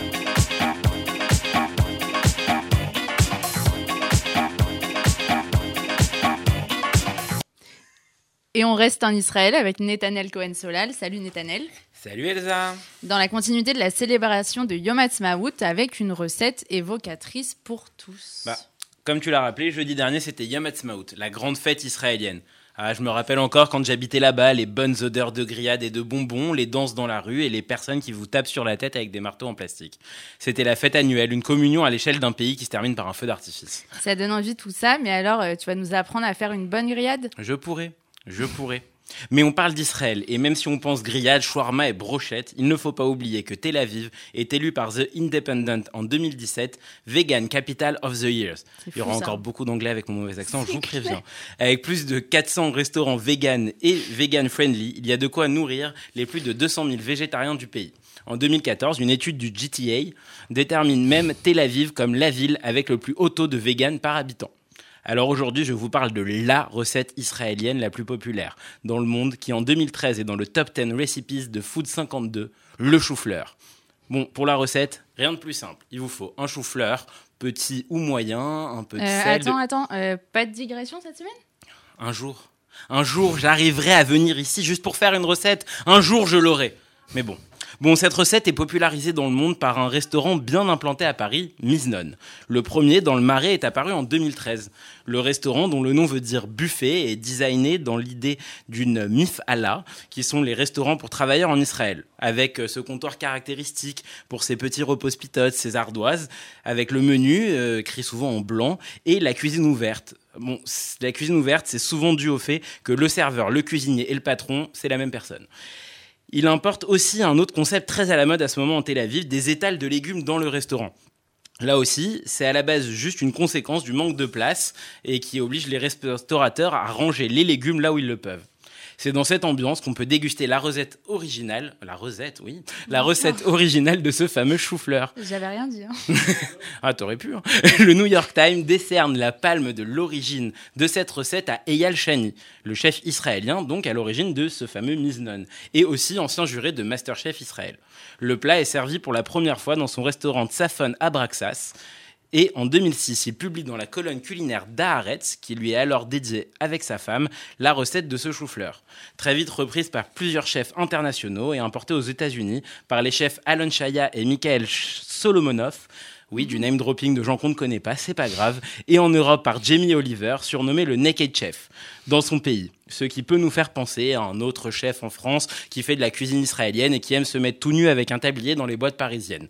Et on reste en Israël avec Netanel Cohen-Solal. Salut Netanel. Salut Elsa. Dans la continuité de la célébration de Yom Ha'atzmaut avec une recette évocatrice pour tous. Bah, comme tu l'as rappelé, jeudi dernier, c'était Yom Ha'atzmaut, la grande fête israélienne. Ah, je me rappelle encore quand j'habitais là-bas, les bonnes odeurs de grillades et de bonbons, les danses dans la rue et les personnes qui vous tapent sur la tête avec des marteaux en plastique. C'était la fête annuelle, une communion à l'échelle d'un pays qui se termine par un feu d'artifice. Ça donne envie tout ça, mais alors euh, tu vas nous apprendre à faire une bonne grillade ? Je pourrais, je pourrais. Mais on parle d'Israël, et même si on pense grillade, shawarma et brochette, il ne faut pas oublier que Tel Aviv est élu par The Independent en deux mille dix-sept Vegan Capital of the Year. Il y aura fou, ça. encore beaucoup d'anglais avec mon mauvais accent, je vous préviens. Avec plus de quatre cents restaurants vegan et vegan friendly, il y a de quoi nourrir les plus de deux cent mille végétariens du pays. En deux mille quatorze, une étude du G T A détermine même Tel Aviv comme la ville avec le plus haut taux de vegan par habitant. Alors aujourd'hui, je vous parle de la recette israélienne la plus populaire dans le monde, qui en deux mille treize est dans le top dix recipes de Food cinquante-deux, le chou-fleur. Bon, pour la recette, rien de plus simple. Il vous faut un chou-fleur, petit ou moyen, un peu de Euh, sel. attends, de- attends, euh, pas de digression cette semaine ? Un jour, un jour, j'arriverai à venir ici juste pour faire une recette. Un jour, je l'aurai. Mais bon. Bon, cette recette est popularisée dans le monde par un restaurant bien implanté à Paris, Miznon. Le premier, dans le Marais, est apparu en deux mille treize. Le restaurant, dont le nom veut dire buffet, est designé dans l'idée d'une mif'ala, qui sont les restaurants pour travailleurs en Israël, avec ce comptoir caractéristique pour ses petits repose-pitotes, ses ardoises, avec le menu, euh, écrit souvent en blanc, et la cuisine ouverte. Bon, c- la cuisine ouverte, c'est souvent dû au fait que le serveur, le cuisinier et le patron, c'est la même personne. Il importe aussi un autre concept très à la mode à ce moment en Tel Aviv, des étals de légumes dans le restaurant. Là aussi, c'est à la base juste une conséquence du manque de place et qui oblige les restaurateurs à ranger les légumes là où ils le peuvent. C'est dans cette ambiance qu'on peut déguster la recette originale, la recette, oui, la recette originale de ce fameux chou-fleur. J'avais rien dit. Hein. Ah, t'aurais pu. Hein. Le New York Times décerne la palme de l'origine de cette recette à Eyal Shani, le chef israélien, donc à l'origine de ce fameux Miznon, et aussi ancien juré de MasterChef Israël. Le plat est servi pour la première fois dans son restaurant Tzafon à Braxas. Et en deux mille six, il publie dans la colonne culinaire d'Haaretz, qui lui est alors dédiée avec sa femme, la recette de ce chou-fleur. Très vite reprise par plusieurs chefs internationaux et importée aux États-Unis par les chefs Alon Shaya et Michael Solomonov. Oui, du name dropping de gens qu'on ne connaît pas, c'est pas grave. Et en Europe par Jamie Oliver, surnommé le Naked Chef, dans son pays. Ce qui peut nous faire penser à un autre chef en France qui fait de la cuisine israélienne et qui aime se mettre tout nu avec un tablier dans les boîtes parisiennes.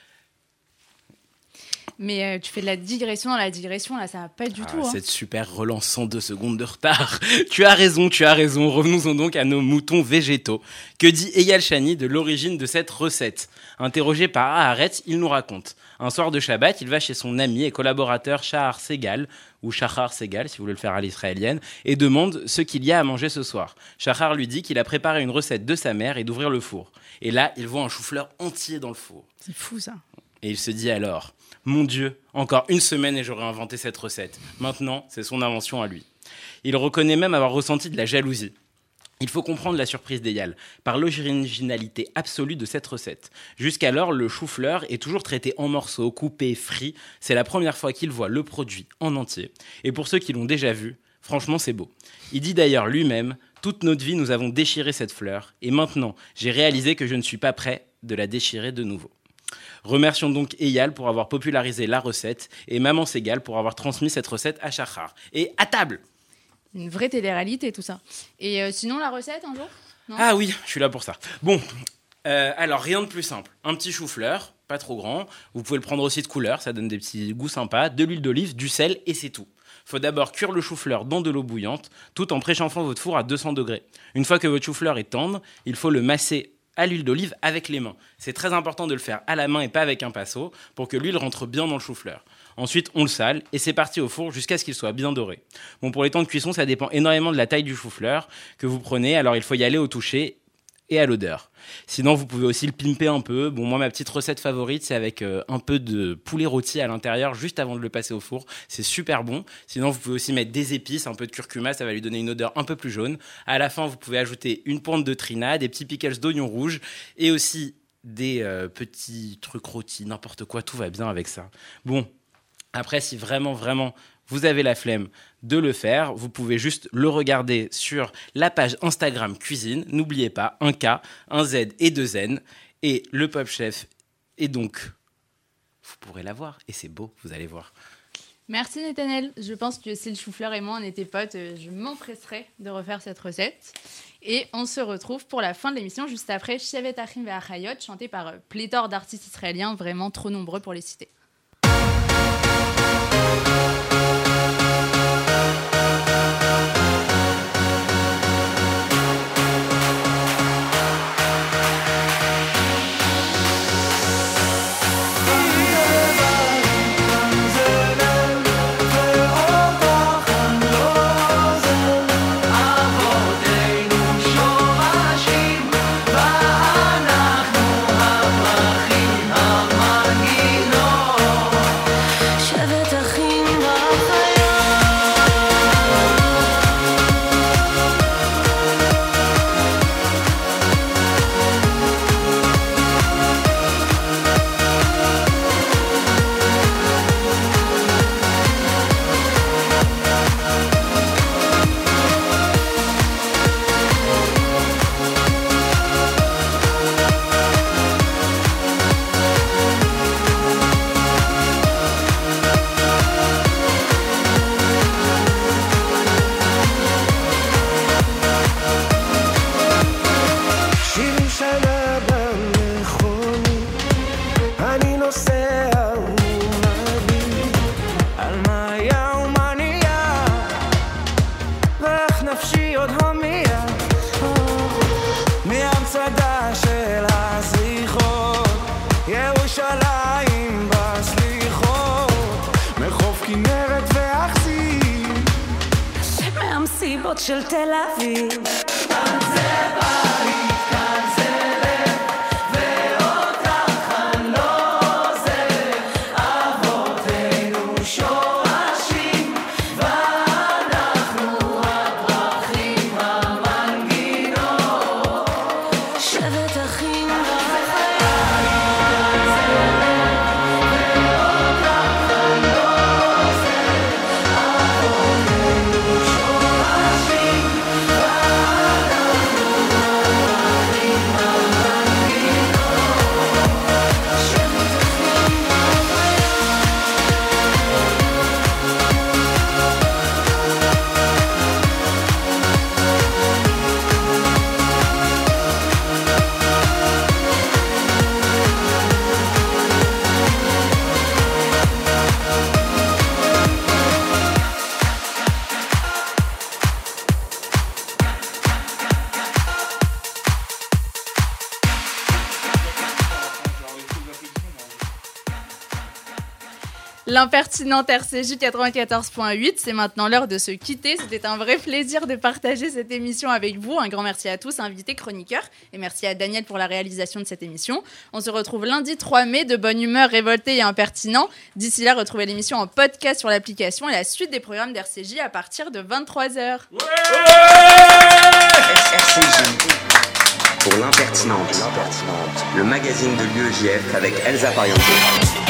Mais euh, tu fais de la digression dans la digression, là, ça va pas du Ah, tout. Hein. cette super relance sans deux secondes de retard. Tu as raison, tu as raison. Revenons-en donc à nos moutons végétaux. Que dit Eyal Shani de l'origine de cette recette ? Interrogé par Haaretz, il nous raconte. Un soir de Shabbat, il va chez son ami et collaborateur Shahar Segal, ou Shahar Segal, si vous voulez le faire à l'israélienne, et demande ce qu'il y a à manger ce soir. Shahar lui dit qu'il a préparé une recette de sa mère et d'ouvrir le four. Et là, il voit un chou-fleur entier dans le four. C'est fou, ça. Et il se dit alors, mon Dieu, encore une semaine et j'aurais inventé cette recette. Maintenant, c'est son invention à lui. Il reconnaît même avoir ressenti de la jalousie. Il faut comprendre la surprise d'Eyal, par l'originalité absolue de cette recette. Jusqu'alors, le chou-fleur est toujours traité en morceaux, coupés, frits. C'est la première fois qu'il voit le produit en entier. Et pour ceux qui l'ont déjà vu, franchement, c'est beau. Il dit d'ailleurs lui-même, toute notre vie, nous avons déchiré cette fleur. Et maintenant, j'ai réalisé que je ne suis pas prêt de la déchirer de nouveau. Remercions donc Eyal pour avoir popularisé la recette et Maman Segal pour avoir transmis cette recette à Shahar. Et à table! Une vraie télé-réalité, tout ça. Et euh, sinon, la recette, un jour ? Non ? Ah oui, je suis là pour ça. Bon, euh, alors rien de plus simple. Un petit chou-fleur, pas trop grand. Vous pouvez le prendre aussi de couleur, ça donne des petits goûts sympas. De l'huile d'olive, du sel et c'est tout. Faut d'abord cuire le chou-fleur dans de l'eau bouillante, tout en préchauffant votre four à deux cents degrés. Une fois que votre chou-fleur est tendre, il faut le masser à l'huile d'olive avec les mains. C'est très important de le faire à la main et pas avec un pinceau pour que l'huile rentre bien dans le chou-fleur. Ensuite, on le sale et c'est parti au four jusqu'à ce qu'il soit bien doré. Bon, pour les temps de cuisson, ça dépend énormément de la taille du chou-fleur que vous prenez. Alors, il faut y aller au toucher et à l'odeur. Sinon, vous pouvez aussi le pimper un peu. Bon, moi, ma petite recette favorite, c'est avec euh, un peu de poulet rôti à l'intérieur, juste avant de le passer au four. C'est super bon. Sinon, vous pouvez aussi mettre des épices, un peu de curcuma, ça va lui donner une odeur un peu plus jaune. À la fin, vous pouvez ajouter une pointe de trina, des petits pickles d'oignons rouges et aussi des euh, petits trucs rôtis, n'importe quoi. Tout va bien avec ça. Bon, après, si vraiment, vraiment, vous avez la flemme de le faire, vous pouvez juste le regarder sur la page Instagram Cuisine. N'oubliez pas, un K, un Z et deux N. Et le Pop Chef est donc... Vous pourrez la voir. Et c'est beau, vous allez voir. Merci Nathanaël. Je pense que si le chou-fleur et moi on était potes, euh, je m'empresserais de refaire cette recette. Et on se retrouve pour la fin de l'émission, juste après Shevet Achim Ve'achayot, chanté par euh, pléthore d'artistes israéliens, vraiment trop nombreux pour les citer. של תל אביב. כאן זה בית, כאן זה לב, ואותך כאן לא זה. אבותינו שורשים, ואנחנו הפרחים המנגינות. שבט אחים וחיים, כאן זה לב, ואותך כאן לא זה. אבותינו שורשים, L'impertinente R C J quatre-vingt-quatorze point huit, c'est maintenant l'heure de se quitter. C'était un vrai plaisir de partager cette émission avec vous. Un grand merci à tous, invités, chroniqueurs. Et merci à Daniel pour la réalisation de cette émission. On se retrouve lundi trois mai, de bonne humeur, révolté et impertinent. D'ici là, retrouvez l'émission en podcast sur l'application et la suite des programmes d'R C J à partir de vingt-trois heures. R C J pour l'impertinente, le magazine de l'U E J F avec Elsa Pariente.